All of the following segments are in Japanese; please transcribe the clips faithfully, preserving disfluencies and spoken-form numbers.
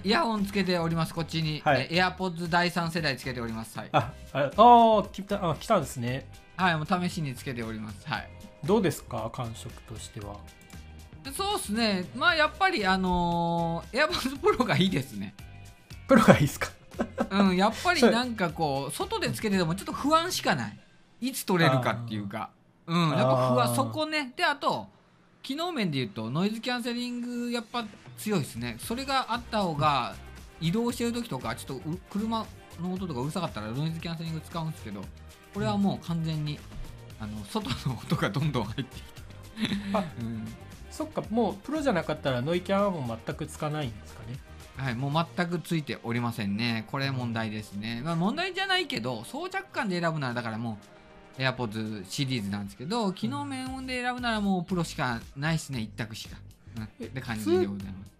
イヤホンつけております。こっちに、 はい、 え AirPods だいさん世代つけております。はい、 あああ来たあ来たんですね。 はい、もう試しにつけております。はい、 どうですか感触としては。 そうですね、まあやっぱりあのー、AirPods Pro がいいですね。 プロがいいですかうん、やっぱりなんかこう外でつけててもちょっと不安しかない。いつ取れるかっていうか、うん、やっぱ不安そこね。であと機能面で言うとノイズキャンセリングやっぱ強いですね。それがあった方が移動してる時とかちょっと車の音とかうるさかったらノイズキャンセリング使うんですけど、これはもう完全にあの外の音がどんどん入ってきてあ、 うん、 そっか、もうプロじゃなかったらノイキャンはもう全くつかないんですかね。 はい、もう全くついておりませんね。これ問題ですね。まあ、問題じゃないけど装着感で選ぶならだからもう AirPods シリーズなんですけど、機能面で選ぶならもうプロしかないですね。一択しか、うん、って感じでございます。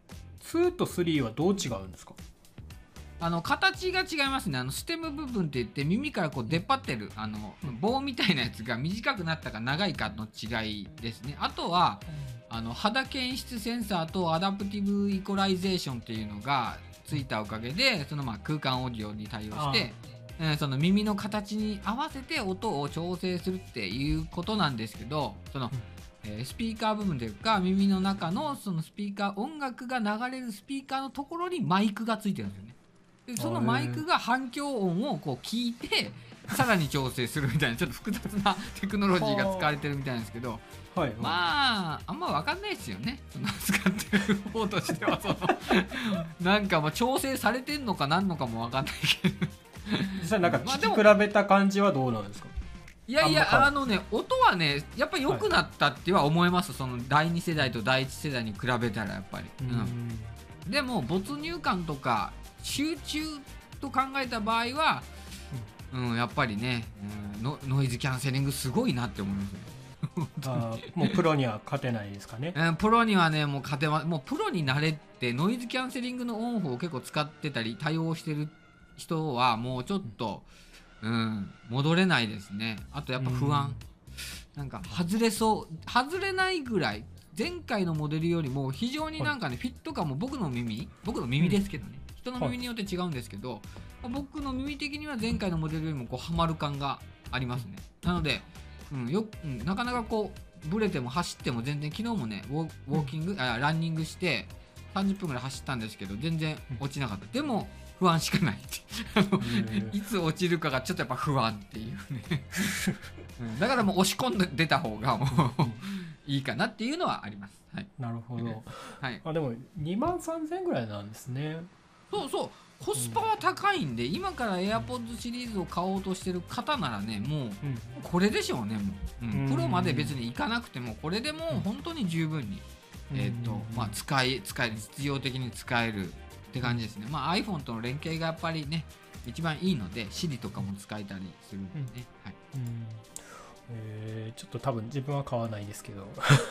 にとさんはどう違うんですか。 あの形が違いますね。あのステム部分って言って耳からこう出っ張ってるあの棒みたいなやつが短くなったか長いかの違いですね。あとはあの肌検出センサーとアダプティブイコライゼーションっていうのがついたおかげでそのまあ空間オーディオに対応して、えー、その耳の形に合わせて音を調整するっていうことなんですけど、その、えー、スピーカー部分というか耳の中のそのスピーカー音楽が流れるスピーカーのところにマイクがついてるんですよね。でそのマイクが反響音をこう聞いてさらに調整するみたいなちょっと複雑なテクノロジーが使われてるみたいなんですけど、はいはい、まああんま分かんないですよね、その使ってる方としては。そのなんかまあ調整されてんのかなんのかも分かんないけど実際なんか聞き比べた感じはどうなんですか。 いやいやあのね音はねやっぱり良くなったっては思います、はい、そのだいに世代とだいいち世代に比べたらやっぱり、うんうん、でも没入感とか集中と考えた場合は、うんうん、やっぱりね、うん、ノ, ノイズキャンセリングすごいなって思いますね。 あもうプロには勝てないですかね。 うん、プロにはねもう勝てまもうプロになれってノイズキャンセリングのオンオフを結構使ってたり対応してる人はもうちょっと、うん、戻れないですね。あとやっぱ不安、うん、なんか外れそう外れないぐらい前回のモデルよりも非常になんかね、はい、フィット感も僕の耳僕の耳ですけどね、うん人の耳によって違うんですけど、はい、僕の耳的には前回のモデルよりもこうハマる感がありますね。なので、うんようん、なかなかこうブレても走っても全然昨日もねウォーキング、うん、あランニングしてさんじゅっぷんぐらい走ったんですけど全然落ちなかった。でも不安しかないっていつ落ちるかがちょっとやっぱ不安っていうね、うん、だからもう押し込んで出た方がもういいかなっていうのはあります。はい、 なるほど、 はい、 あでもにまんさんぜんえんぐらいなんですね。 そうそうコスパは高いんで、うん、今から AirPods シリーズを買おうとしてる方ならねもうこれでしょうね。もう、うん、プロまで別にいかなくてもこれでもう本当に十分に、うんえーとまあ、使い使える実用的に使えるって感じですね。まあ、iPhone との連携がやっぱりね一番いいので Siri とかも使えたりするんでね、うんはいうんえー、ちょっと多分自分は買わないですけど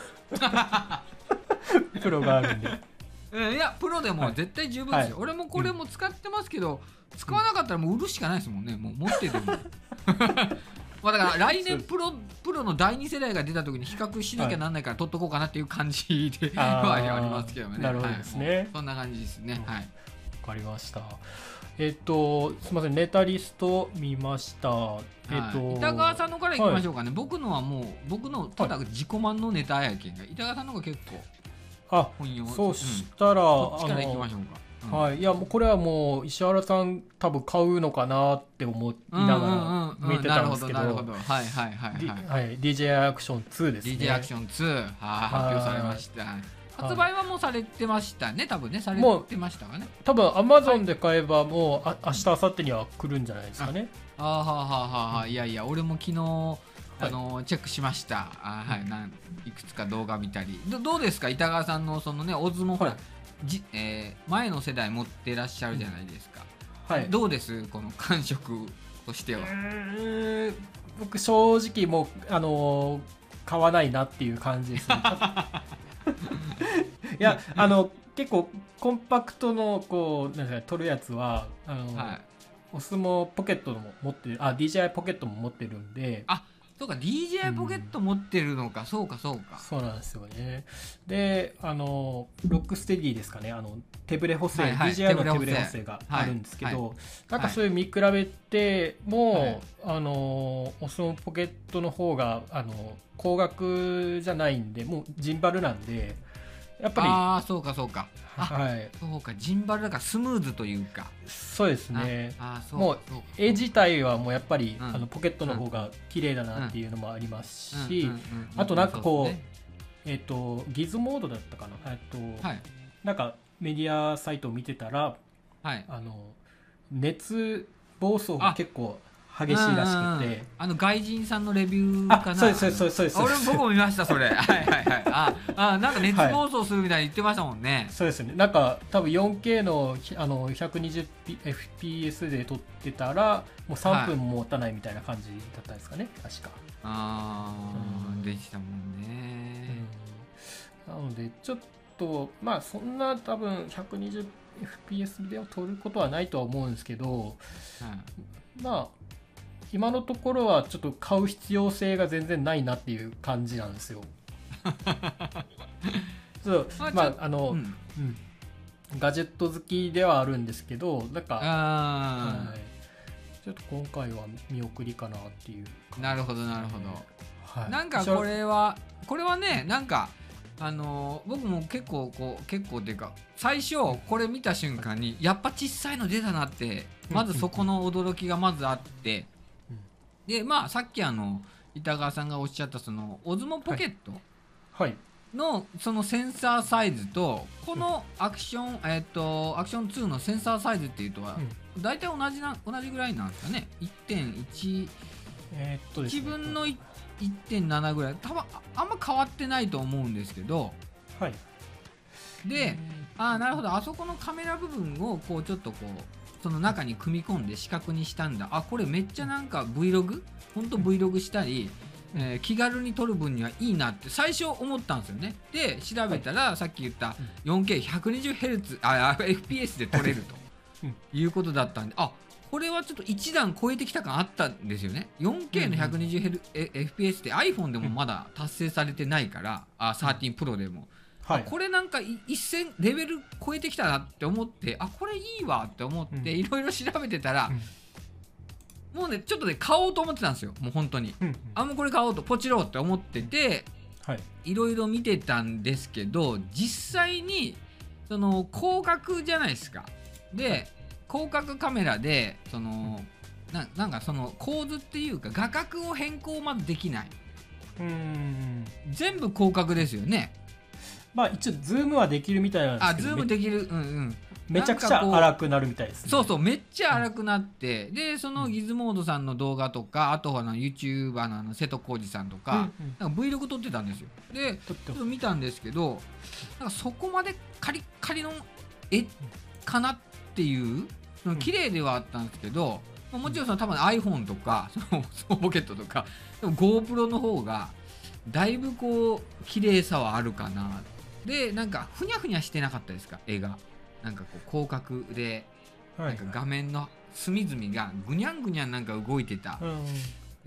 プロがあるんでいやプロでも絶対十分ですよ、はい、俺もこれも使ってますけど、うん、使わなかったらもう売るしかないですもんね。もう持っててもまあだから来年プロプロのだいに世代が出た時に比較しなきゃなんないから取っとこうかなっていう感じではありますけどね。 なるほどですね、はい、 そんな感じですね、うん、はい。 わかりました。えっとすみませんネタリスト見ました。えっと、 はい、板川さんのからいきましょうかね、はい、僕のはもう僕のただ自己満のネタやけんが、板川さんの方が結構あそうしたら、うん、 こっちからいきましょうか、うん、 はいいやもうこれはもう石原さん多分買うのかなって思いながら見てたんですけど、 なるほどはいはいはいはい、はい、ディージェー アクションツーですね。 ディージェー アクションツーは発表されました。発売はもうされてましたね多分ねされてましたかね。 多分 Amazon で買えばもうあ明日明後日には来るんじゃないですかね。 ああはあはあはあいやいや俺も昨日あのチェックしました。あ、はい、なんいくつか動画見たり ど, どうですか板川さんのそのねオズもほら、はいじえー、前の世代持ってらっしゃるじゃないですか、はい、どうですこの感触としては。うーん僕正直もうあのー、買わないなっていう感じですねいやあの結構コンパクトのこうなんか取るやつはあの、はい、オスもポケットも持ってるあ ディージェーアイ ポケットも持ってるんであそうか ディージェー ポケット持ってるのか、うん、そうかそうかそうなんですよね。であのロックステディですかね、あの手ブレ補正、 はいはい、 ディージェーアイ の手ブレ補正があるんですけど、はいはい、なんかそれ見比べても、はい、あのオスモポケットの方があの高額じゃないんで、もうジンバルなんでやっぱり、 ああそうかそうか、 はい、 そうかジンバルだからスムーズというか、 そうですね。 ああそうもう絵自体はもうやっぱり、 うん、 あのポケットの方が綺麗だなっていうのもありますし、あとなんかこう、ね、えっとギズモードだったかな、えっと、はい、なんかメディアサイトを見てたら、はい、あの熱暴走が結構激しいらしくて、 あ、うんうん、あの外人さんのレビューかな、 そうですそうですそうです、 俺も僕も見ましたそれはいはいはい、ああなんか熱暴走するみたいに言ってましたもんね、はい、 そうですね。なんか多分 よんケー の, あの ひゃくにじゅうエフピーエス で撮ってたらもうさんぷんも持たないみたいな感じだったんですかね、はい、確か。 ああ、うん、でしたもんね、 うん、なのでちょっとまあそんな多分 ひゃくにじゅうエフピーエス で撮ることはないとは思うんですけど、うん、まあ今のところはちょっと買う必要性が全然ないなっていう感じなんですよ。そうまああの、うんうん、ガジェット好きではあるんですけど、なんか、はい、ちょっと今回は見送りかなっていう、ね。 なるほどなるほど。はい、なんかこれはこれはね、なんかあのー、僕も結構こう結構っていうか最初これ見た瞬間にやっぱ小さいの出たなって、まずそこの驚きがまずあって。でまあさっきあの板川さんがおっしゃったそのオズモポケットのそのセンサーサイズとこのアクションえっとアクションツーのセンサーサイズっていうとは大体同じな同じぐらいなんですかね。 いってんいちえっとですね、 いちぶんの いってんなな ぐらい、多分あんま変わってないと思うんですけど、 はい、 であなるほど、あそこのカメラ部分をこうちょっとこうその中に組み込んで四角にしたんだ、あこれめっちゃなんか Vlog ほんと Vlog したり、えー、気軽に撮る分にはいいなって最初思ったんですよね。で調べたら、はい、さっき言った よんケーひゃくにじゅうヘルツ あ エフピーエス で撮れるということだったんで、あこれはちょっと一段超えてきた感あったんですよね。 よんケー の ひゃくにじゅうエフピーエス って iPhone でもまだ達成されてないから、あじゅうさんプロでも、はい、これなんか一線レベル超えてきたなって思って、あこれいいわって思っていろいろ調べてたら、うん、もうねちょっとね買おうと思ってたんですよ、もう本当に、うんうん、あもうこれ買おうとポチろうって思ってて、いろいろ見てたんですけど、実際にその広角じゃないですか。で広角カメラでその な, なんかその構図っていうか画角を変更まずできない、うーん全部広角ですよね。 まあ一応ズームはできるみたいなんですけど、 あズームできる、うんうん、 めちゃくちゃ荒くなるみたいですね。 そうそうめっちゃ荒くなって、うん、でそのギズモードさんの動画とか、あとはあの YouTuber の, あの瀬戸康史さんとか、うんうん、なんか Vlog 撮ってたんですよ。でちょっと見たんですけど、なんかそこまでカリッカリの絵かなっていう綺麗ではあったんですけど、うん、もちろんその多分 iPhone とかそのスマホポケットとかでも GoPro の方がだいぶこう綺麗さはあるかな。でなんかふにゃふにゃしてなかったですか、絵が。なんかこう広角でなんか画面の隅々がぐにゃんぐにゃんなんか動いてた、うん、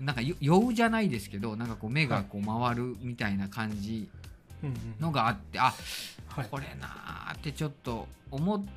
なんか酔うじゃないですけど、なんかこう目がこう回るみたいな感じのがあって、あ、はい、これなーってちょっと思って、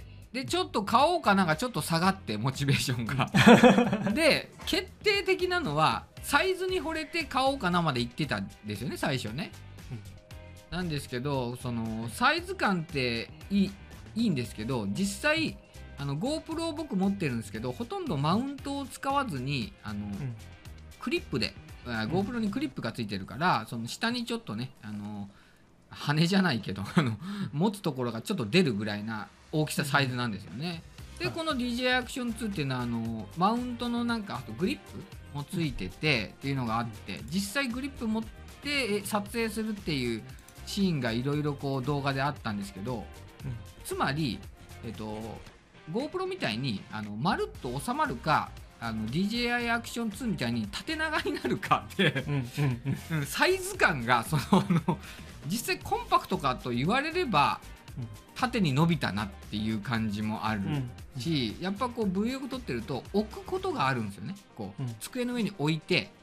でちょっと買おうかなんかちょっと下がってモチベーションがで決定的なのはサイズに惚れて買おうかなまで言ってたんですよね最初ね、うん、なんですけどそのサイズ感っていいいいんですけど、実際あの GoPro を僕持ってるんですけど、ほとんどマウントを使わずにあの、うん、クリップで、うん、GoPro にクリップがついてるから、その下にちょっとねあの羽じゃないけどあの持つところがちょっと出るぐらいな大きさサイズなんですよね。でこの ディージェー アクションツーっていうのはあのマウントのなんかあとグリップもついててっていうのがあって、実際グリップ持って撮影するっていうシーンがいろいろこう動画であったんですけど、うん、つまり、えっと、GoPro みたいにあのまるっと収まるか、あの ディージェーアイ アクションツーみたいに縦長になるかってうん、サイズ感がそのあの実際コンパクトかと言われれば縦に伸びたなっていう感じもあるし、うん、やっぱこう Vlog 撮ってると置くことがあるんですよね。こう、うん、机の上に置いて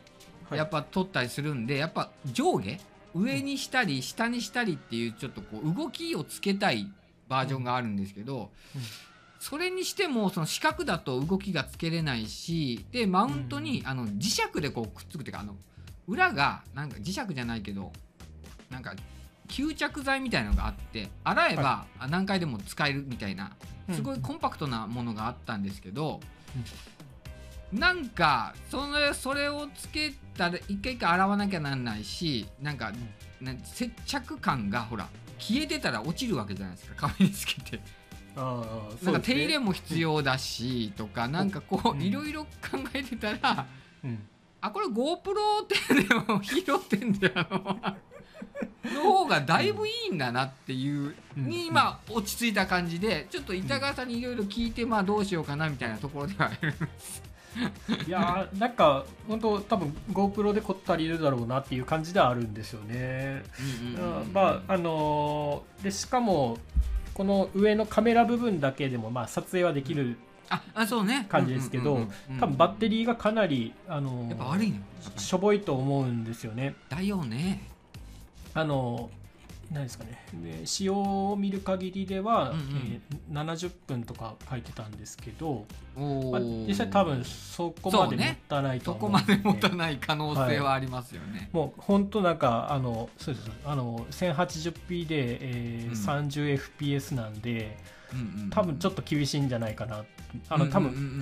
やっぱ撮ったりするんで、やっぱ上下上にしたり下にしたりっていうちょっとこう動きをつけたいバージョンがあるんですけど、それにしてもその四角だと動きがつけれないし、でマウントにあの磁石でこうくっつくっていうか、あの裏がなんか磁石じゃないけどなんか吸着剤みたいなのがあって、洗えば何回でも使えるみたいなすごいコンパクトなものがあったんですけど、なんかそれそれをつけたら一回一回洗わなきゃなんないし、なんか接着感がほら消えてたら落ちるわけじゃないですか、壁につけて。あなんか手入れも必要だしとか、なんかこういろいろ考えてたら、うん、あこれ GoPro ってでも拾ってんだよの方がだいぶいいんだなっていうに今落ち着いた感じで、ちょっと板川さんにいろいろ聞いて、まあどうしようかなみたいなところではあります。 いやーなんか本当多分 GoPro でこったりいるだろうなっていう感じではあるんですよね。まああのー、でしかもこの上のカメラ部分だけでもまあ撮影はできる感じですけど、多分バッテリーがかなりあのー、 やっぱ悪いのしょぼいと思うんですよね。 だよね。 あのー何ですかね、使用を見る限りでは、うんうんえー、ななじゅっぷんとか書いてたんですけど、まあ、実際多分そこまで持たないと思う、 ね、そこまで持たない可能性はありますよね、はい、 もう本当なんかあのそうですあの せんはちじゅうピー で、えーうん、さんじゅうエフピーエス なんで、うんうんうん、多分ちょっと厳しいんじゃないかな。あの多分、うんうんうんうん、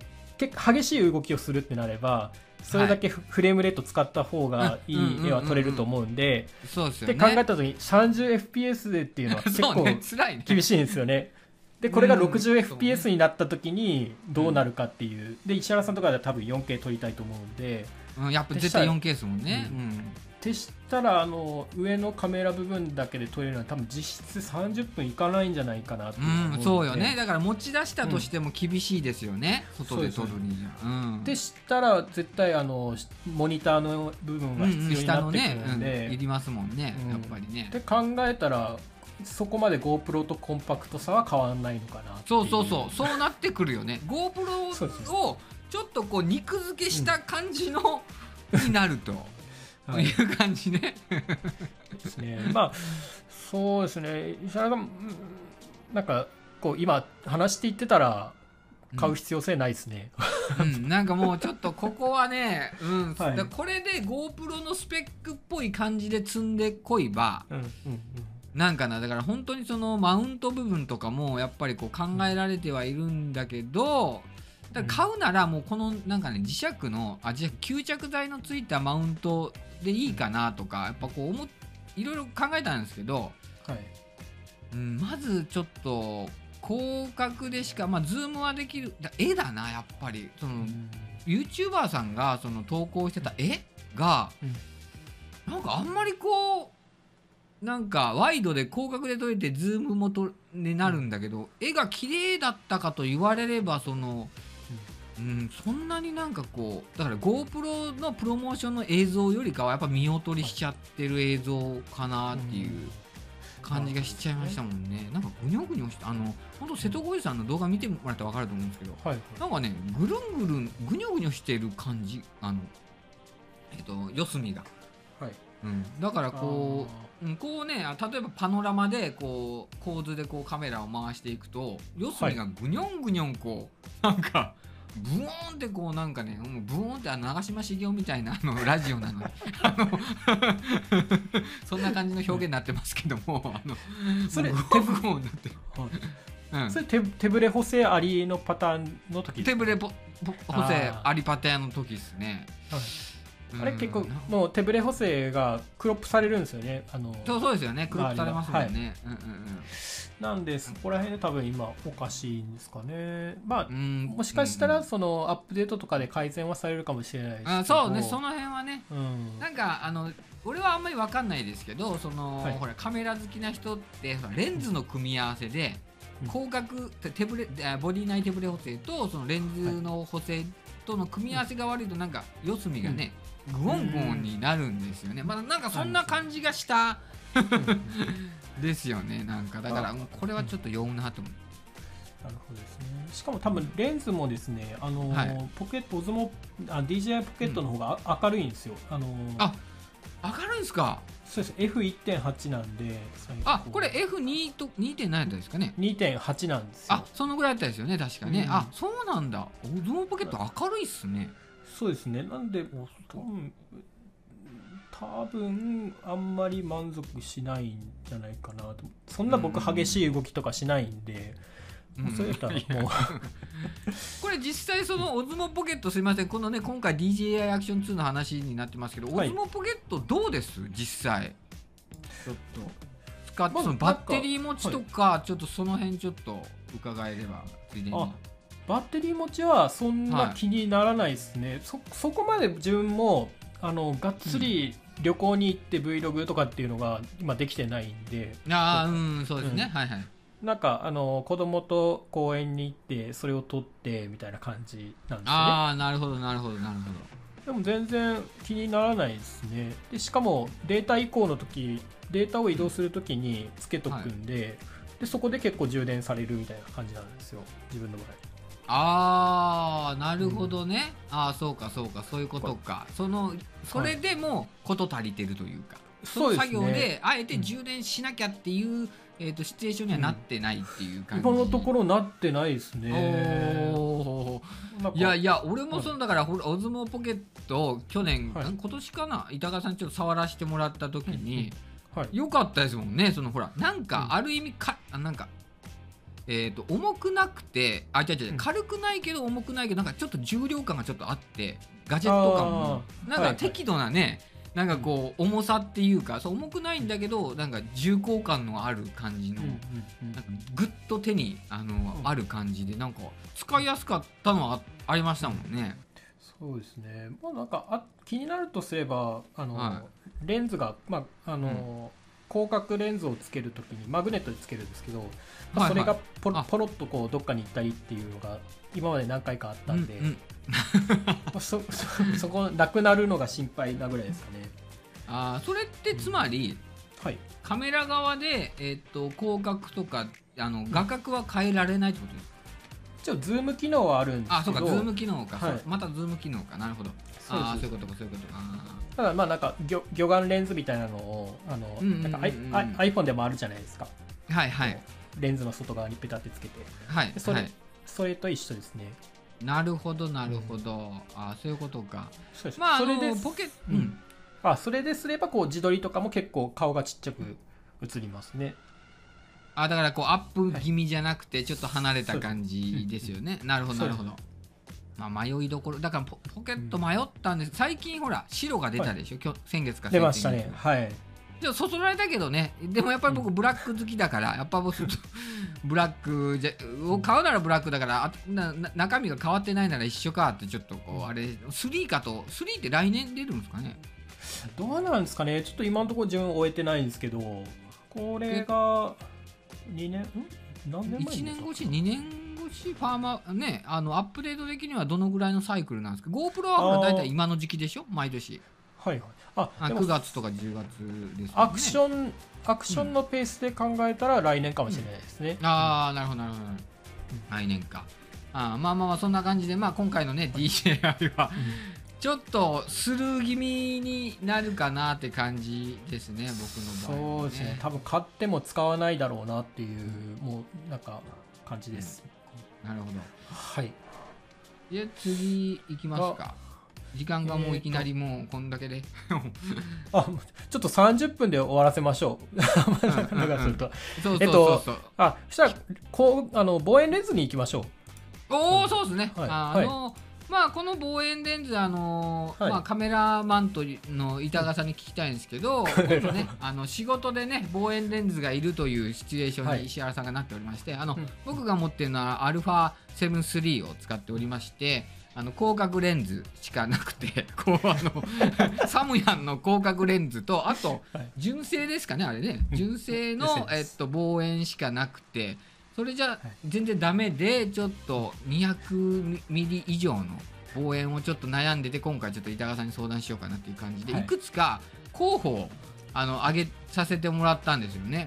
結構激しい動きをするってなればそれだけフレームレート使った方がいい絵は撮れると思うんで、で考えた時に さんじゅうエフピーエス でっていうのは結構厳しいんですよね。でこれが ろくじゅうエフピーエス になった時にどうなるかっていう、で石原さんとかでは多分 よんケー 撮りたいと思うんで、 うん、やっぱ絶対 よんケー ですもんね。 でしたらあの上のカメラ部分だけで撮れるのは多分実質さんじゅっぷんいかないんじゃないかなって思うので、 うん、そうよね。だから持ち出したとしても厳しいですよね、うん、外で撮るには。うん、 でしたら絶対あのモニターの部分が必要になってくるので、うんうんねうん、いりますもんね、うん、やっぱりね。 で考えたらそこまで GoPro とコンパクトさは変わらないのかなっていう。 そうそうそうそうなってくるよね。GoPro をちょっとこう肉付けした感じのになるとという感じね。 ですね。まあそうですね。石原さんなんかこう今話していってたら買う必要性ないですね。 うんうん、なんかもうちょっとここはね、うんはい、だこれで GoPro のスペックっぽい感じで積んでこいば、うんうんうん、なんかなだから本当にそのマウント部分とかもやっぱりこう考えられてはいるんだけど。だから買うならもうこのなんかね磁石のあ磁石吸着剤のついたマウントでいいかなとかやっぱこう思いろいろ考えたんですけど、はいうん、まずちょっと広角でしかまあズームはできるだ絵だなやっぱりその、うん、YouTuber さんがその投稿してた絵が、うん、なんかあんまりこうなんかワイドで広角で撮れてズームもとになるんだけど、うん、絵が綺麗だったかと言われればそのうん、そんなになんかこうだから GoPro のプロモーションの映像よりかはやっぱ見劣りしちゃってる映像かなっていう感じがしちゃいましたもんね。なんかぐにょぐにょしてあの本当瀬戸康史さんの動画見てもらったら分かると思うんですけど、はい、なんかねぐるんぐるんぐにょぐにょしてる感じあのえっと四隅が、はいうん、だからこううん、こうね例えばパノラマでこう構図でこうカメラを回していくと四隅がぐにょんぐにょんこうなんかブーンってこうなんかねブーンって長嶋茂雄みたいなあのラジオなのにあのそんな感じの表現になってますけどもあのそれ手ブレになってる、はいうん、それ 手, 手ブレ補正ありのパターンの時手ブレ補正ありパターンの時ですね、はいあれ結構もう手ブレ補正がクロップされるんですよね。あのそうそうですよねクロップされますもんね、はいうんうんうん、 なんでそこら辺で多分今おかしいんですかね。まあもしかしたらそのアップデートとかで改善はされるかもしれないですけど、 あそうねその辺はね、うん、なんかあの俺はあんまり分かんないですけどその、はい、ほらカメラ好きな人ってレンズの組み合わせで、うん、広角手ブレボディ内手ブレ補正とそのレンズの補正との組み合わせが悪いとなんか四隅がね、うんグオングオンになるんですよね。まあなんかそんな感じがしたですよね。なんかだからこれはちょっと酔うなと思う。 なるほどですね。しかも多分レンズもですね、あのーはい、ポケットオズモあ ディージェーアイ ポケットの方が、うん、明るいんですよ。あのー、 あ明るいんですか。 そうです。エフいってんはち なんで。 あこれ エフに と にてんなな やったですかね。 にてんはち なんですよ。 あそのぐらいだったですよね確かね、うん、あそうなんだ。オズモポケット明るいっすね。 そうですね。なんで多分多分あんまり満足しないんじゃないかなと。そんな僕激しい動きとかしないんで、うん、そういったらもうこれ実際そのオズモポケットすいませんこのね今回 ディージェーアイ アクションツーの話になってますけど、はい、オズモポケットどうです実際ちょっと使って、まあ、そのバッテリー持ちとか、はい、ちょっとその辺ちょっと伺えればついでに。 あバッテリー持ちはそんな気にならないですね、はい、そ, そこまで自分もあのがっつり旅行に行って Vlog とかっていうのが今できてないんで、 ああうんそうですね、うん、はいはい。 なんかあの子供と公園に行ってそれを撮ってみたいな感じなんですよね。 ああなるほどなるほどなるほど。でも全然気にならないですね。でしかもデータ移行の時データを移動する時につけとくんで、はい、でそこで結構充電されるみたいな感じなんですよ自分の場合。 ああなるほどね、うん、ああそうかそうかそういうことか。そのそれでも事足りてるというか、はい、その作業であえて充電しなきゃっていう、うんえー、とシチュエーションにはなってないっていう感じ、 うん、今のところなってないですね。 おいやいや俺もそのだから、はい、オズモポケット去年、はい、今年かな板川さんちょっと触らせてもらった時に、うんうんはい、よかったですもんね。そのほらなんかある意味か、うん、なんかえー、と重くなくてあ違う違う軽くないけど重くないけどなんかちょっと重量感がちょっとあってガジェット感もなんか適度なね、はいはいなんかこう重さっていうかそう重くないんだけどなんか重厚感のある感じの、なんかグッと手にあの、うん、ある感じでなんか使いやすかったのは あ, ありましたもんね。 そうですね。まあなんかあ気になるとすればあの、はい、レンズがまああの、うん、広角レンズをつけるときにマグネットでつけるんですけど、まあ、それがポロ、はいはい、ポロッとこうどっかに行ったりっていうのが今まで何回かあったんで、うんうんそ, そ, そこなくなるのが心配なぐらいですかね。 あそれってつまり、うんはい、カメラ側で、えー、と広角とかあの画角は変えられないってことですか。 一応ズーム機能はあるんですけど。 あそうかズーム機能か、はい、またズーム機能かなるほど。そうあそういうことかそういうことか。 ただまあなんか 魚, 魚眼レンズみたいなのをあの、うんうんうんうん、なんか iPhone でもあるじゃないですか。 はいはいレンズの外側にペタってつけて、 はい、 それ、 はい、 それと一緒ですね。 なるほどなるほど、うん、あそういうことか。 そうです、 まあ、 それでポケ、 うん、あそれですればこう自撮りとかも結構顔がちっちゃく映りますね。 あだからこうアップ気味じゃなくてちょっっと離れた感じですよね、はい、なるほどなるほど。まあ、迷いどころだから ポ, ポケット迷ったんです、うん、最近ほら白が出たでしょ、はい、今日先月か出ましたね。はいちょっとそそられたけどね。でもやっぱり僕ブラック好きだから、うん、やっぱ僕ブラックじゃを買うならブラックだからあなな中身が変わってないなら一緒かってちょっとこうあれスリーかとスリーって来年出るんですかね。 どうなんですかね。ちょっと今のところ自分終えてないんですけどこれがにねんん何年前いちねん越しにねん越しファーマーねあのアップデート的にはどのぐらいのサイクルなんですか。 GoPro はほら大体今の時期でしょ毎年。 はいはい、ああくがつとかじゅうがつですよね。 アクションアクションのペースで考えたら来年かもしれないですね、 うん、ああなるほどなるほど、うん、来年か。あまあまあまあそんな感じで、まあ、今回のね ディージェーアイ は、うん、ちょっとスルー気味になるかなって感じですね僕の場合、ね、 そうですね。多分買っても使わないだろうなっていうもうなんか感じです、 うん、なるほど。 はい。 じゃあ次行きますか。時間がもういきなりもうこんだけであちょっとさんじゅっぷんで終わらせましょう長くするとえっとあそしたらこうあの望遠レンズに行きましょう。おおそうですね、はい、あの、はいまあこの望遠レンズあのーはいまあ、カメラマンとの板川さんに聞きたいんですけど、ね、あの仕事でね望遠レンズがいるというシチュエーションに石原さんがなっておりまして、はい、あの、うん、僕が持っているのは アルファセブンスリー を使っておりましてあの広角レンズしかなくてこうあのサムヤンの広角レンズとあと純正ですかねあれね純正の、えっと、望遠しかなくてそれじゃ全然ダメでちょっとにひゃくミリ以上の望遠をちょっと悩んでて今回ちょっと板川さんに相談しようかなっていう感じで、はい、いくつか候補をあの上げさせてもらったんですよね。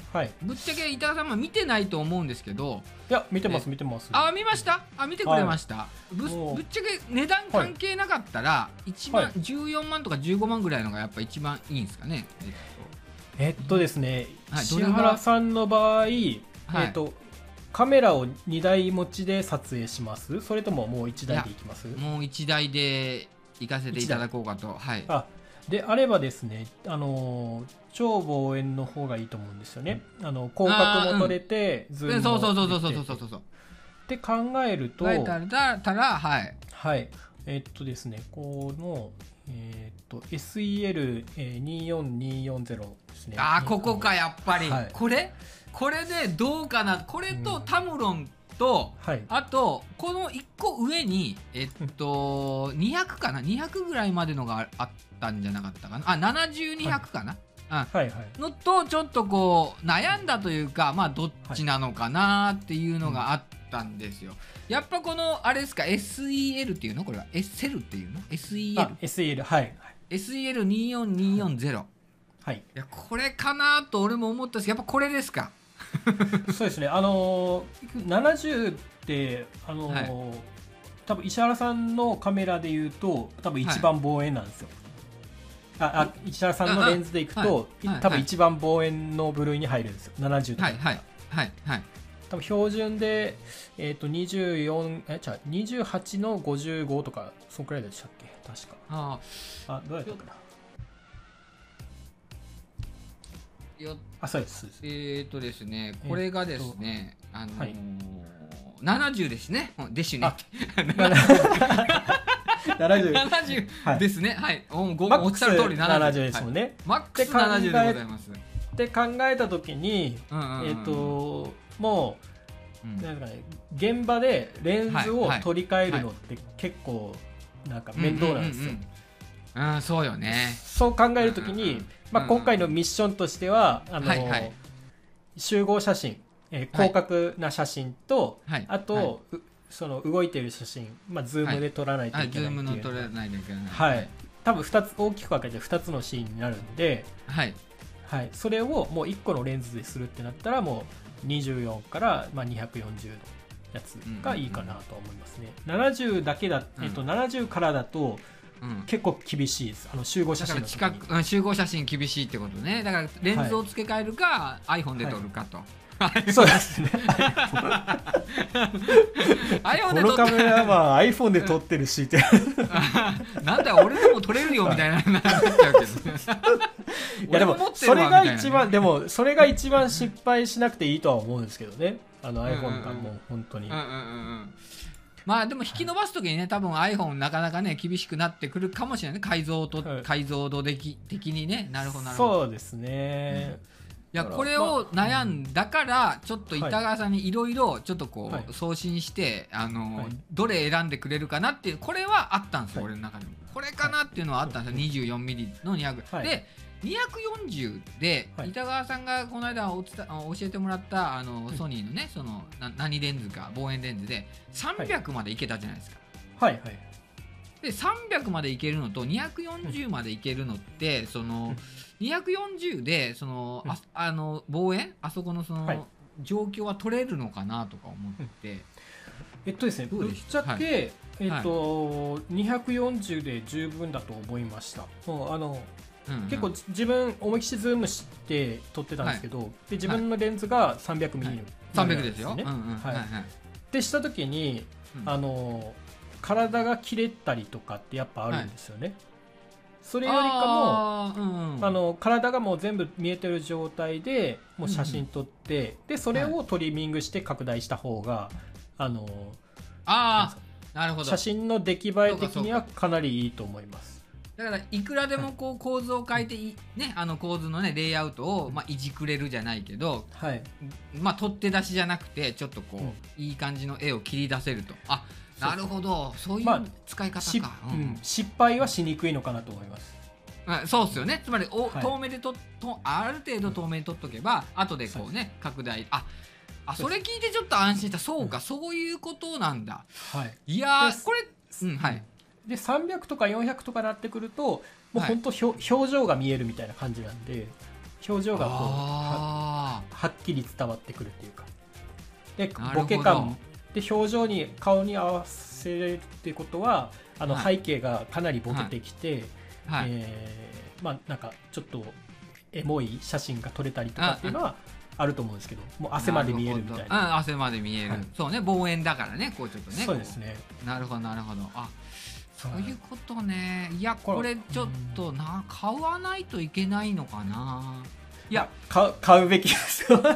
はい、 ぶっちゃけ板川さんも見てないと思うんですけど。 いや見てます見てます。 あ、見ました。あ、見てくれました。はい、ぶ, ぶっちゃけ値段関係なかったら、はい、いちまん、はい、じゅうよんまんとかじゅうごまんぐらいのがやっぱ一番いいんですかね。えっと、 えっとですね、はい、石原さんの場合、はい、えっとカメラをにだい持ちで撮影します？それとももういちだいでいきます？ もういちだいで行かせていただこうかと。はい。 あ、であればですね、あの超望遠の方がいいと思うんですよね。あの広角も取れて、 うん、ズームもそうそうそうそうそうそうそうって考えると、 考えたら、はい、 はい、えっとですね、このえっと エスイーエルにじゅうよんにひゃくよんじゅう ですね。 あー、ここかやっぱり、はい、これこれでどうかな。これとタムロンと、うん、はい、あとこのいっこ上にえっとにひゃくかな、にひゃくぐらいまでのがあったんじゃなかったかな。あ、ななじゅう、にひゃくかな、はい、はいはい、のとちょっとこう悩んだというか、まあどっちなのかなっていうのがあったんですよ。やっぱこのあれですか、 エスイーエル っていうの、これは エスエル っていうの エスイーエルエスイーエル はいエスイーエルにじゅうよんにひゃくよんじゅう はい、いやこれかなと俺も思ったんですけど、やっぱこれですか。 そうですね、あのー、ななじゅうってあのーはい、多分石原さんのカメラでいうと多分一番望遠なんですよ、はい、ああ石原さんのレンズでいくと、はい、多分一番望遠の部類に入るんですよ、ななじゅうとか、はいはいはいはい、多分標準で、えー、とにじゅうよんえじゃにじゅうはちのごじゅうごとかそんくらいでしたっけ確か。ああどうやったかな。あ、そうです。 えっとですね、これがですね、えー、あのーはい、ななじゅうですね。でしゅね。ななじゅう ななじゅうですね。はい。おっしゃる通りななじゅうですもんね。 マックスななじゅうでございます。 って考えたときに、えっともうなんかね、現場でレンズを取り替えるのって結構なんか面倒なんですよ。 うん、そうよね。 そう考えるときに、まあ、今回のミッションとしてはあの、はいはい、集合写真、えー、広角な写真と、はい、あと、はい、その動いている写真、まあ、ズームで撮らないといけないっていう、 はい、ズームの撮らないといけない、 はい、多分ふたつ大きく分けてふたつのシーンになるんで、はいはい、それをもういっこのレンズでするってなったらもうにじゅうよんから、まあ、にひゃくよんじゅうのやつがいいかなと思いますね、うんうんうん、ななじゅうだけだ、えっと、ななじゅうからだとうん、結構厳しいです。あの集合写真の時に近く、うん、集合写真厳しいってことね。だからレンズを付け替えるか、はい、iPhone で撮るかと、 はい、そうですねこのカメラは iPhone で撮ってるしってなんだ俺でも撮れるよみたいななっちゃうけどいやでもそれが一番でもそれが一番失敗しなくていいとは思うんですけどね、あの iPhone がもう本当に、うんうんうんうん、 まあでも引き伸ばすときにね、多分 iPhone なかなかね厳しくなってくるかもしれないね、解像度、はい、解像度的にね。なるほどなるほど。 そうですね、うん、 いやこれを悩んだからちょっと板川さんにいろいろちょっとこう送信してあのどれ選んでくれるかなっていう、これはあったんですよ俺の中でも。これかなっていうのはあったんですよ、にじゅうよんミリのにひゃくでにひゃくよんじゅうで板川さんがこの間おつた教えてもらったあのソニーのねそのな何レンズか望遠レンズでさんびゃくまでいけたじゃないですか。 はいはい。 でさんびゃくまでいけるのとにひゃくよんじゅうまでいけるのってそのにひゃくよんじゅうでそのああの望遠あそこのその状況は取れるのかなとか思って。 えっとですね、ぶっちゃけ、はい、えっと、はい、にひゃくよんじゅうで十分だと思いました。もうあのうんうん、結構自分思いっきりズームして撮ってたんですけど、はい、で自分のレンズが さんびゃくミリ の、はい、 さんびゃくですよ。 でした時に、うん、あの体が切れたりとかってやっぱあるんですよね、はい、それよりかもあ、うんうん、あの体がもう全部見えてる状態でもう写真撮って、うんうん、でそれをトリミングして拡大した方が、はい、あのあなるほど写真の出来栄え的にはかなりいいと思います。 だからいくらでもこう構図を変えてい、ね、あの構図のねレイアウトをまあいじくれるじゃないけど、はい、まあ取って出しじゃなくてちょっとこう、うん、いい感じの絵を切り出せると。あ、なるほど、そういう使い方か、 まあうん、失敗はしにくいのかなと思います。 あ、そうですよね。つまりお、はい、遠目でととある程度遠目で撮っとけば後でこうね拡大ああそれ聞いてちょっと安心した。そうか、うん、そういうことなんだ。はい、いやーこれ、うん、はいでさんびゃくとかよんひゃくとかなってくるともう本当、はい、表情が見えるみたいな感じなんで表情がこうはっきり伝わってくるっていうか、でボケ感で表情に顔に合わせるっていうことはあの背景がかなりボケてきて、はいはい、えー、まあなんかちょっとエモい写真が撮れたりとかっていうのはあると思うんですけど、もう汗まで見えるみたいな。 な汗まで見える、はい、そうね、望遠だからね、こうちょっとね。 そうですね。 なるほどなるほど。あ、そういうことね。いやこれちょっとな、買わないといけないのかな。いや買う買うべきですよ。伊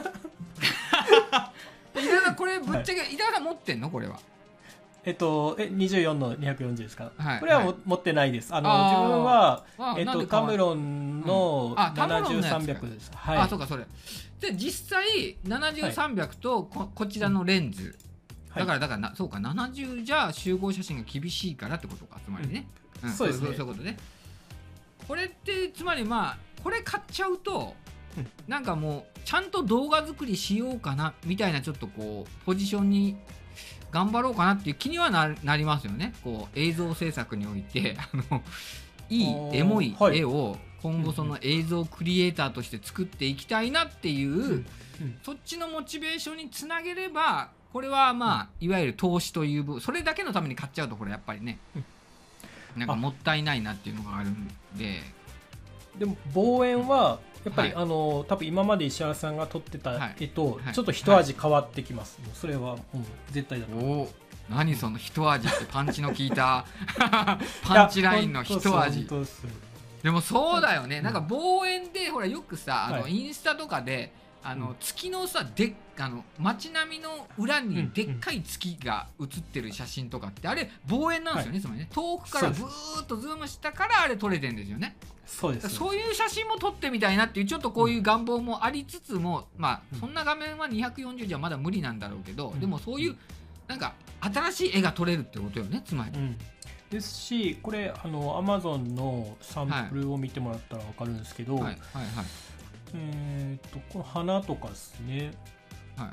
田さんこれぶっちゃけ、はい、伊田さん持ってんのこれは。 えっと、えにじゅうよんのにひゃくよんじゅうですか、はい、これはも、はい、持ってないです。あのあ自分は、えっと、タムロンのななじゅうさんびゃくです。はい、 あ、そうか、それで実際ななじゅうさんびゃくと こ, こちらのレンズ、はい、だからだからなそうかななじゅうじゃ集合写真が厳しいからってことか、つまりね、 うんうん、そうですね、 そういうことね。これってつまりまあこれ買っちゃうと、うん、なんかもうちゃんと動画作りしようかなみたいな、ちょっとこうポジションに頑張ろうかなっていう気には な, なりますよね。こう映像制作においてあのいいエモい絵を今後その映像クリエイターとして作っていきたいなっていう、うんうん、そっちのモチベーションにつなげれば、これはまあいわゆる投資という部分、それだけのために買っちゃうとこれやっぱりね、なんかもったいないなっていうのがあるんで。 でも望遠はやっぱり、はい、あの多分今まで石原さんが撮ってた絵とちょっと一味変わってきます、はいはい、それは、うん、絶対だと思います。 何その一味ってパンチの効いたパンチラインの一味。でもそうだよね、なんか望遠でほらよくさ、あのインスタとかであの月のさであの街並みの裏にでっかい月が写ってる写真とかってあれ望遠なんですよね、はい、つまりね遠くからブーッとズームしたからあれ撮れてるんですよね。 そうです。 そういう写真も撮ってみたいなっていうちょっとこういう願望もありつつも、まあそんな画面はにひゃくよんじゅうじゃまだ無理なんだろうけど、でもそういうなんか新しい絵が撮れるってことよね、つまり、うん、 ですし、これあの Amazon のサンプルを見てもらったら分かるんですけど、はいはいはいはい、えー、っとこの花とかですね、はい、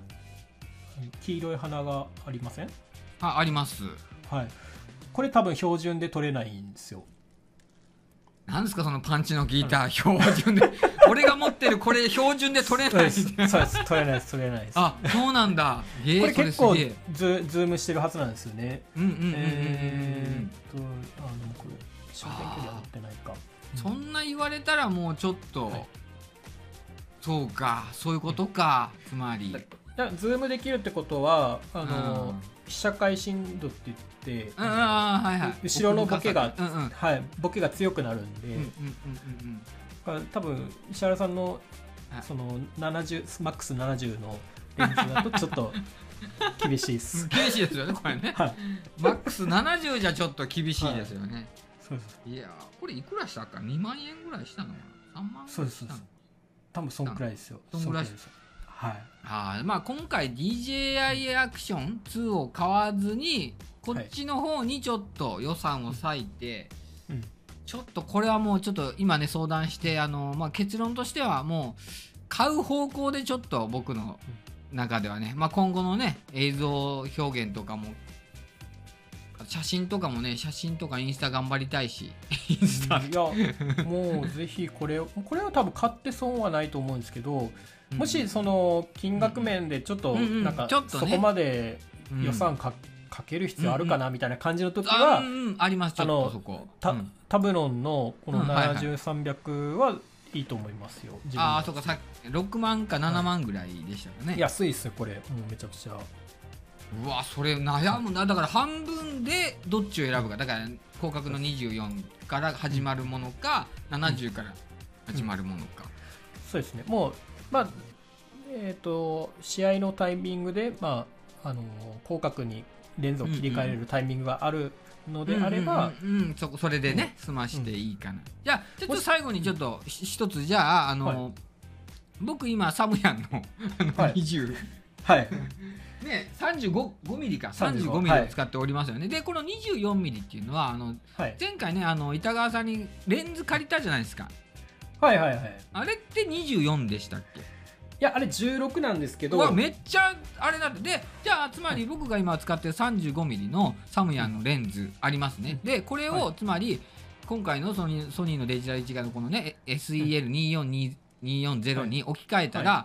黄色い花がありません？ あ、あります、 はい、これ多分標準で撮れないんですよ。 なんですかそのパンチの効いた標準で俺が持ってるこれ標準で撮れない。 そうです、そうです撮れないです撮れないです。 あ、そうなんだ。 これ結構ズズームしてるはずなんですよね。うんうんうんうんうん。えー、っとあのこれ焦点距離は持ってないか。 そんな言われたらもうちょっと、はい、そうか、そういうことか。つまりズームできるってことはあの被写界深度って言って、 うん、はいはい、 後ろのボケが、うんうん、はい、ボケが強くなるんで、うんうんうんうん、多分石原さんのそのななじゅうマックスななじゅうのレンズだとちょっと厳しいです厳しいですよねこれね、はい、マックスななじゅうじゃちょっと厳しいですよね、はい、そうです。いやこれいくらしたかにまんえんぐらいしたのかな、さんまんぐらいしたの。 そうですそうです、多分そんくらいですよ。 そんぐらいです。はい、あ、まあ今回 ディージェーアイ アクションツーを買わずにこっちの方にちょっと予算を割いて、はい、うん、ちょっとこれはもうちょっと今ね相談してあの、まあ、結論としてはもう買う方向でちょっと僕の中ではね、まあ、今後のね映像表現とかも写真とかもね写真とかインスタ頑張りたいしインスタ、 いやもうぜひこれこれは多分買って損はないと思うんですけど、もしその金額面でちょっとなんかそこまで予算かける必要あるかなみたいな感じの時はあります。ちょっとそこタブロンのこのななじゅう、さんびゃくはいいと思いますよ。 ああ、そうか、さろくまんかななまんぐらいでしたかね。 安いっすよこれ、もうめちゃくちゃ。 うわ、それ悩むな。だから半分でどっちを選ぶかだから、広角のにじゅうよんから始まるものかななじゅうから始まるものか、 そうですね。もうまあえー、と試合のタイミングで、まあ、あの広角にレンズを切り替えれるタイミングがあるのであれば、 そそれでね、うん、済ましていいかな、うん、じゃあちょっと最後にちょっと一つじゃあ、あの、はい、僕今サムヤン の, あのにじゅう、 はいはいね、さんじゅうごミリかさんじゅうごミリを使っておりますよね、はい、でこのにじゅうよんミリっていうのはあの、はい、前回ねあの板川さんにレンズ借りたじゃないですか。 はいはいはい。 あれってにじゅうよんでしたっけ？ いやあれじゅうろくなんですけど、 うわめっちゃあれだって。でじゃあつまり僕が今使ってる さんじゅうごミリ のサムヤンのレンズありますね。でこれを、はい、つまり今回のソニー、ソニーのデジタル一眼のこのね エスイーエルにじゅうよんにじゅうにに置き換えたら、はいはい、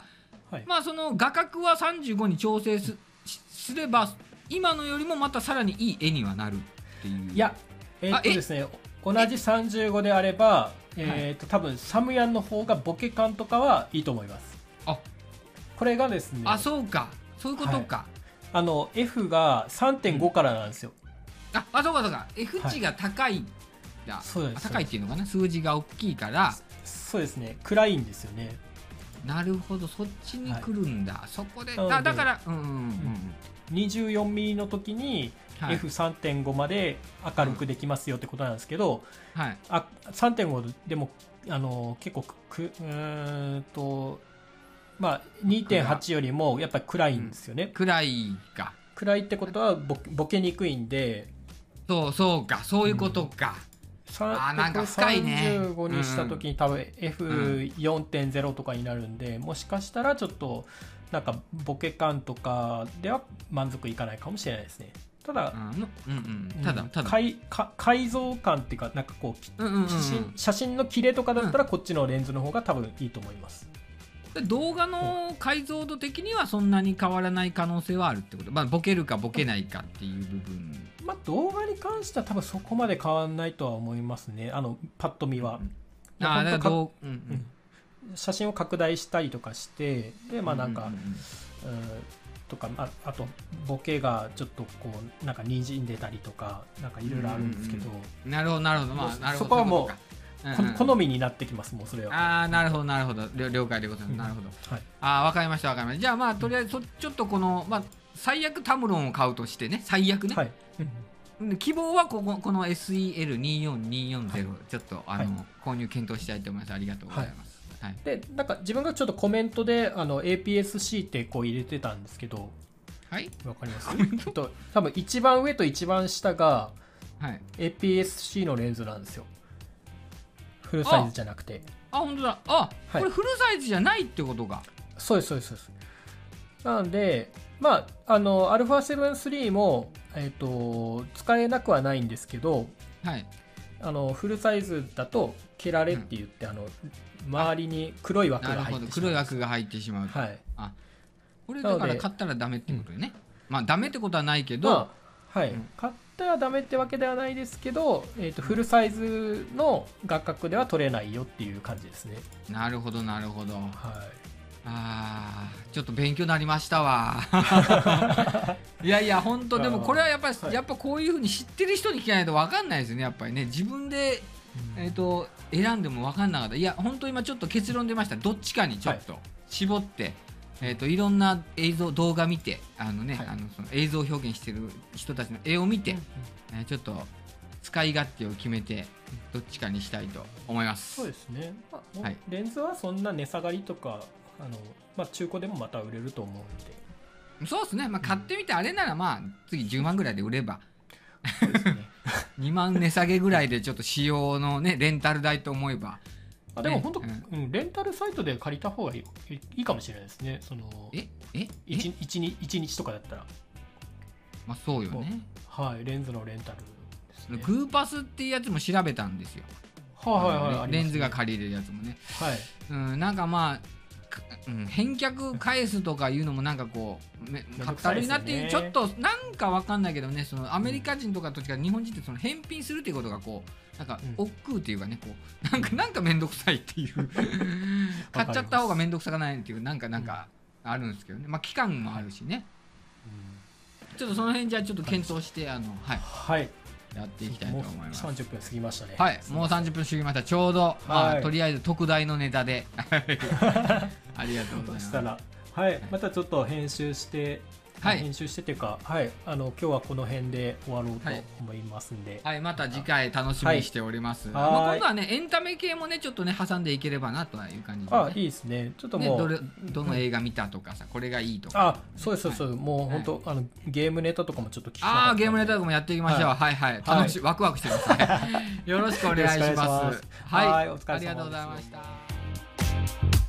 はい、 まあその画角はさんじゅうごに調整 す, すれば今のよりもまたさらにいい絵にはなるっていう。 いやえー、っとですね同じさんじゅうごであればえー、っと多分サムヤンの方がボケ感とかはいいと思います。 あこれがですねあそうかそういうことか、はい、 あの F が さんてんご からなんですよ、 うん、ああそうかそうか F 値が高い、はい、そうです高いっていうのかな数字が大きいからそうですね暗いんですよね。 なるほどそっちに来るんだ、はい、そこであだからうんうんうん、うん、 にじゅうよんミリの時に エフさんてんご まで明るくできますよってことなんですけど、 はい、 あ さんてんご でもあの結構くうーんとまあ にてんはち よりもやっぱり暗いんですよね、うん、 暗いか暗いってことは ボ, ボケにくいんでそうそうかそういうことか、うん、あなんか深いねさんじゅうごにした時に多分 エフよんてんゼロ とかになるんで、うん、もしかしたらちょっとなんかボケ感とかでは満足いかないかもしれないですね。ただ、 うんうんうん、ただただ解か解像感っていうかなんかこう、うんうんうん、写真写真の切れとかだったらこっちのレンズの方が多分いいと思います。 動画の解像度的にはそんなに変わらない可能性はあるってこと、まあ、ボケるかボケないかっていう部分、 まあ、動画に関しては多分そこまで変わらないとは思いますね。あのパッと見は、 うん、あだからどう、うんうん、 写真を拡大したりとかしてでまあなんか、うんうんうん、とか あ, あとボケがちょっとこうなんか滲んでたりとかなんかいろいろあるんですけど、 うんうん、なるほどなるほど、まあ、なるほどそこはもううんうん、 好みになってきますもうそれは。 ああなるほどなるほど了解でございます、うん、なるほど、はい、あ分かりました分かりました。じゃあまあとりあえずそちょっとこの、まあ、最悪タムロンを買うとしてね最悪ね、はい、希望はこここの エスイーエルによんにーよんゼロ、はい、ちょっとあの、はい、購入検討したいと思います。ありがとうございます、 はいはい、でなんか自分がちょっとコメントであの エーピーエスシー ってこう入れてたんですけどはいわかりますえっと多分一番上と一番下が エーピーエスシー のレンズなんですよ。フルサイズじゃなくてあ本当だあ、はい、これフルサイズじゃないってことか。 そうですそうですそうです。なのでまああの アルファセブンスリー も、えー、と使えなくはないんですけど、 はい、 あのフルサイズだとケラレって言って、うん、あの周りに黒い枠が入ってしまう。なるほど黒い枠が入ってしまうと、 はい、 あこれだから買ったらダメってことよね、うん、まあダメってことはないけど、まあ、はい、うん、買ったらダメってわけではないですけど、えー、とフルサイズの画角では撮れないよっていう感じですね。 なるほどなるほど、はい、 あちょっと勉強になりましたわいやいや本当でもこれはやっぱり、はい、やっぱこういう風に知ってる人に聞かないと分かんないですよねやっぱりね。自分で、うんえー、と選んでも分かんなかった。いや本当今ちょっと結論出ました。どっちかにちょっと絞って、はいえー、といろんな映像動画見てあの、ねはい、あのその映像表現してる人たちの絵を見て、うんうんえー、ちょっと使い勝手を決めてどっちかにしたいと思います。 そうですね、まあはい、レンズはそんな値下がりとかあの、まあ、中古でもまた売れると思うので。 そうですね、まあ、買ってみてあれならまあ次じゅうまんぐらいで売ればそうです、ね、 にまん値下げぐらいでちょっと使用の、ね、レンタル代と思えばあでも本当、ねうん、レンタルサイトで借りた方がいい、いいかもしれないですね。そのええ 1, 1, 1日とかだったらまあそうよね。 はいレンズのレンタルですね。 グーパスっていうやつも調べたんですよ。 はいはいはい、 レンズが借りれるやつもね。 はい、 うん、なんかまあ、うん、返却返すとかいうのもなんかこうかったるいなっていう、ね、ちょっとなんかわかんないけどねそのアメリカ人とかと違う日本人ってその返品するっていうことがこうなんか億劫っていうかねこうなんかなんか面倒くさいっていう買っちゃった方が面倒くさくないっていうなんかなんかあるんですけどね。まあ期間もあるしね、うん、ちょっとその辺じゃあちょっと検討してあのはい、 はい、 やっていきたいと思います。 もうさんじゅっぷん過ぎましたね。 はい、もうさんじゅっぷん過ぎました。ちょうど、はいまあ、とりあえず特大のネタでありがとうございます。 そしたら、はい、またちょっと編集して、はい、編集してというか、はい、あの今日はこの辺で終わろうと思いますんで、 はい、はい、また次回楽しみにしております。はいまあ、今度はねエンタメ系もねちょっとね挟んでいければなという感じで、ね、 あいいですね。ちょっともう、 ね、ど, どの映画見たとかさ、うん、これがいいとか、 あそうですそうです、はい、もう本当、はい、あのゲームネタとかもちょっと聞きたかった。 あゲームネタとかもやっていきましょう。はいはい、はい、楽しい、ワクワクしてます、はい、よろしくお願いします。 はい、はい、お疲れ様です。 ありがとうございました。